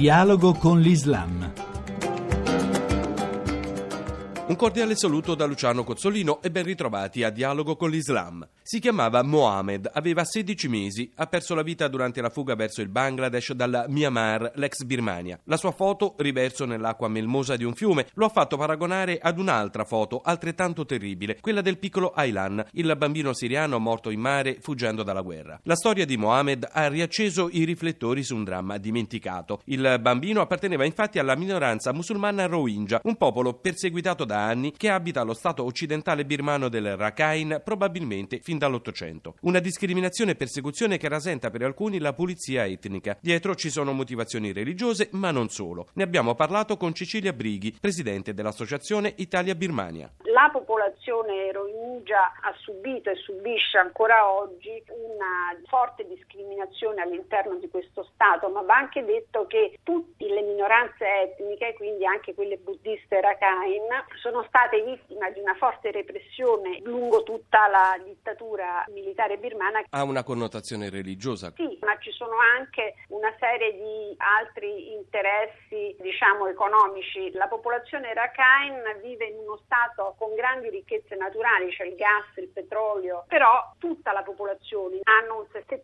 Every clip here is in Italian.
Dialogo con l'Islam. Un cordiale saluto da Luciano Cozzolino e ben ritrovati a Dialogo con l'Islam. Si chiamava Mohamed, aveva 16 mesi, ha perso la vita durante la fuga verso il Bangladesh dalla Myanmar, l'ex Birmania. La sua foto, riverso nell'acqua melmosa di un fiume, lo ha fatto paragonare ad un'altra foto altrettanto terribile, quella del piccolo Aylan, il bambino siriano morto in mare fuggendo dalla guerra. La storia di Mohamed ha riacceso i riflettori su un dramma dimenticato. Il bambino apparteneva infatti alla minoranza musulmana Rohingya, un popolo perseguitato da anni che abita lo stato occidentale birmano del Rakhine probabilmente fin dall'Ottocento. Una discriminazione e persecuzione che rasenta per alcuni la pulizia etnica. Dietro ci sono motivazioni religiose, ma non solo. Ne abbiamo parlato con Cecilia Brighi, presidente dell'associazione Italia-Birmania. La popolazione Rohingya ha subito e subisce ancora oggi una forte discriminazione all'interno di questo Stato, ma va anche detto che tutte le minoranze etniche, quindi anche quelle buddiste Rakhine, sono state vittime di una forte repressione lungo tutta la dittatura militare birmana. Ha una connotazione religiosa? Sì, ma ci sono anche una serie di altri interessi, economici. La popolazione Rakhine vive in uno stato con grandi ricchezze naturali, c'è il gas, il petrolio, però tutta la popolazione hanno un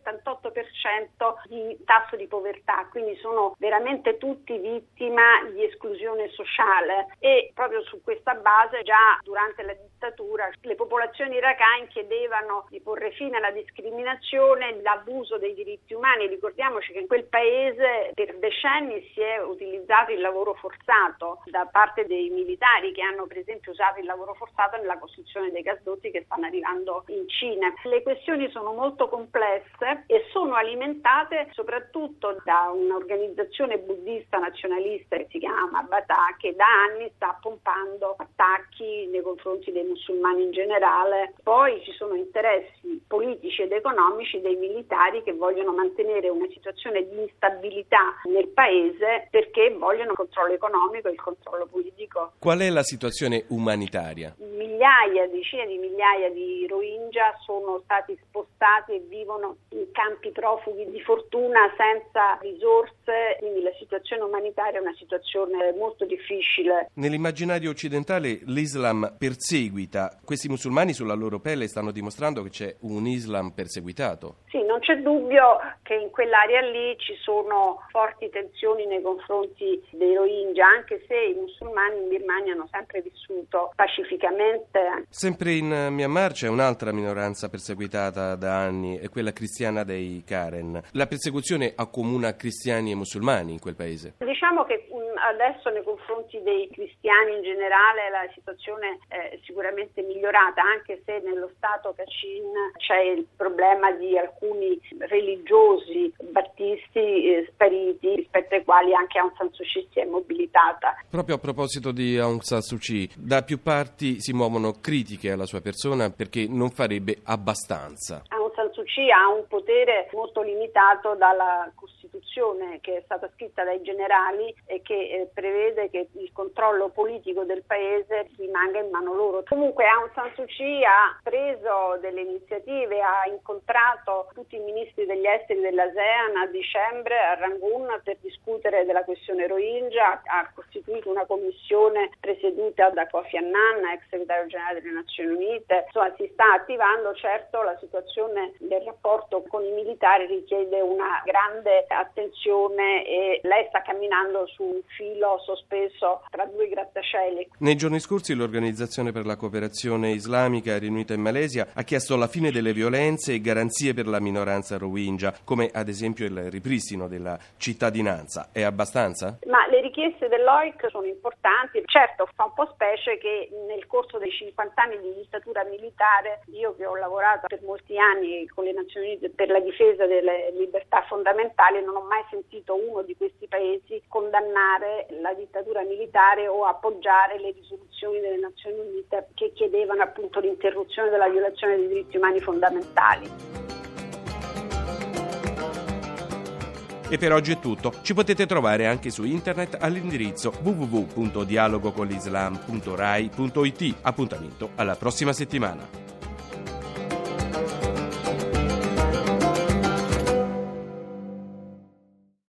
78% di tasso di povertà, quindi sono veramente tutti vittima di esclusione sociale e proprio su questa base già durante la dittatura le popolazioni Rakhine chiedevano di porre fine alla discriminazione e all'abuso dei diritti umani. Ricordiamoci che in quel paese per decenni si è utilizzato il lavoro forzato da parte dei militari che hanno per esempio usato il lavoro forzato nella costruzione dei gasdotti che stanno arrivando in Cina. Le questioni sono molto complesse e sono alimentate soprattutto da un'organizzazione buddista nazionalista che si chiama Bata, che da anni sta pompando attacchi nei confronti dei musulmani in generale. Poi ci sono interessi politici ed economici dei militari che vogliono mantenere una situazione di instabilità nel paese perché vogliono il controllo economico e il controllo politico. Qual è la situazione umanitaria? Decine di migliaia di Rohingya sono stati spostati e vivono in campi profughi di fortuna senza risorse, quindi la situazione umanitaria è una situazione molto difficile. Nell'immaginario occidentale l'Islam perseguita. Questi musulmani sulla loro pelle stanno dimostrando che c'è un Islam perseguitato. Sì, non c'è dubbio che in quell'area lì ci sono forti tensioni nei confronti dei Rohingya, anche se i musulmani in Birmania hanno sempre vissuto pacificamente. Sempre in Myanmar c'è un'altra minoranza perseguitata da anni, è quella cristiana dei Karen. La persecuzione accomuna cristiani e musulmani in quel paese. Diciamo che adesso nei confronti dei cristiani in generale la situazione è sicuramente migliorata, anche se nello stato Kachin c'è il problema di alcuni religiosi battisti spariti, rispetto ai quali anche Aung San Suu Kyi si è mobilitata. Proprio a proposito di Aung San Suu Kyi, da più parti si muovono critiche alla sua persona perché non farebbe abbastanza. Aung San Suu Kyi ha un potere molto limitato dalla Costituzione che è stata scritta dai generali e che prevede che il controllo politico del paese rimanga in mano loro. Comunque Aung San Suu Kyi ha preso delle iniziative, ha incontrato tutti i ministri degli esteri dell'ASEAN a dicembre a Rangoon per discutere della questione Rohingya, ha costituito una commissione presieduta da Kofi Annan, ex segretario generale delle Nazioni Unite. Insomma, si sta attivando. Certo, la situazione del rapporto con i militari richiede una grande attenzione e lei sta camminando su un filo sospeso tra due grattacieli. Nei giorni scorsi l'Organizzazione per la Cooperazione Islamica riunita in Malesia ha chiesto la fine delle violenze e garanzie per la minoranza Rohingya, come ad esempio il ripristino della cittadinanza. È abbastanza? Ma le richieste dell'OIC sono importanti. Certo, fa un po' specie che nel corso dei 50 anni di dittatura militare, io che ho lavorato per molti anni con le Nazioni Unite per la difesa delle libertà fondamentali, non ho mai sentito uno di questi paesi condannare la dittatura militare o appoggiare le risoluzioni delle Nazioni Unite che chiedevano appunto l'interruzione della violazione dei diritti umani fondamentali. E per oggi è tutto. Ci potete trovare anche su internet all'indirizzo www.dialogoconlislam.rai.it. Appuntamento alla prossima settimana.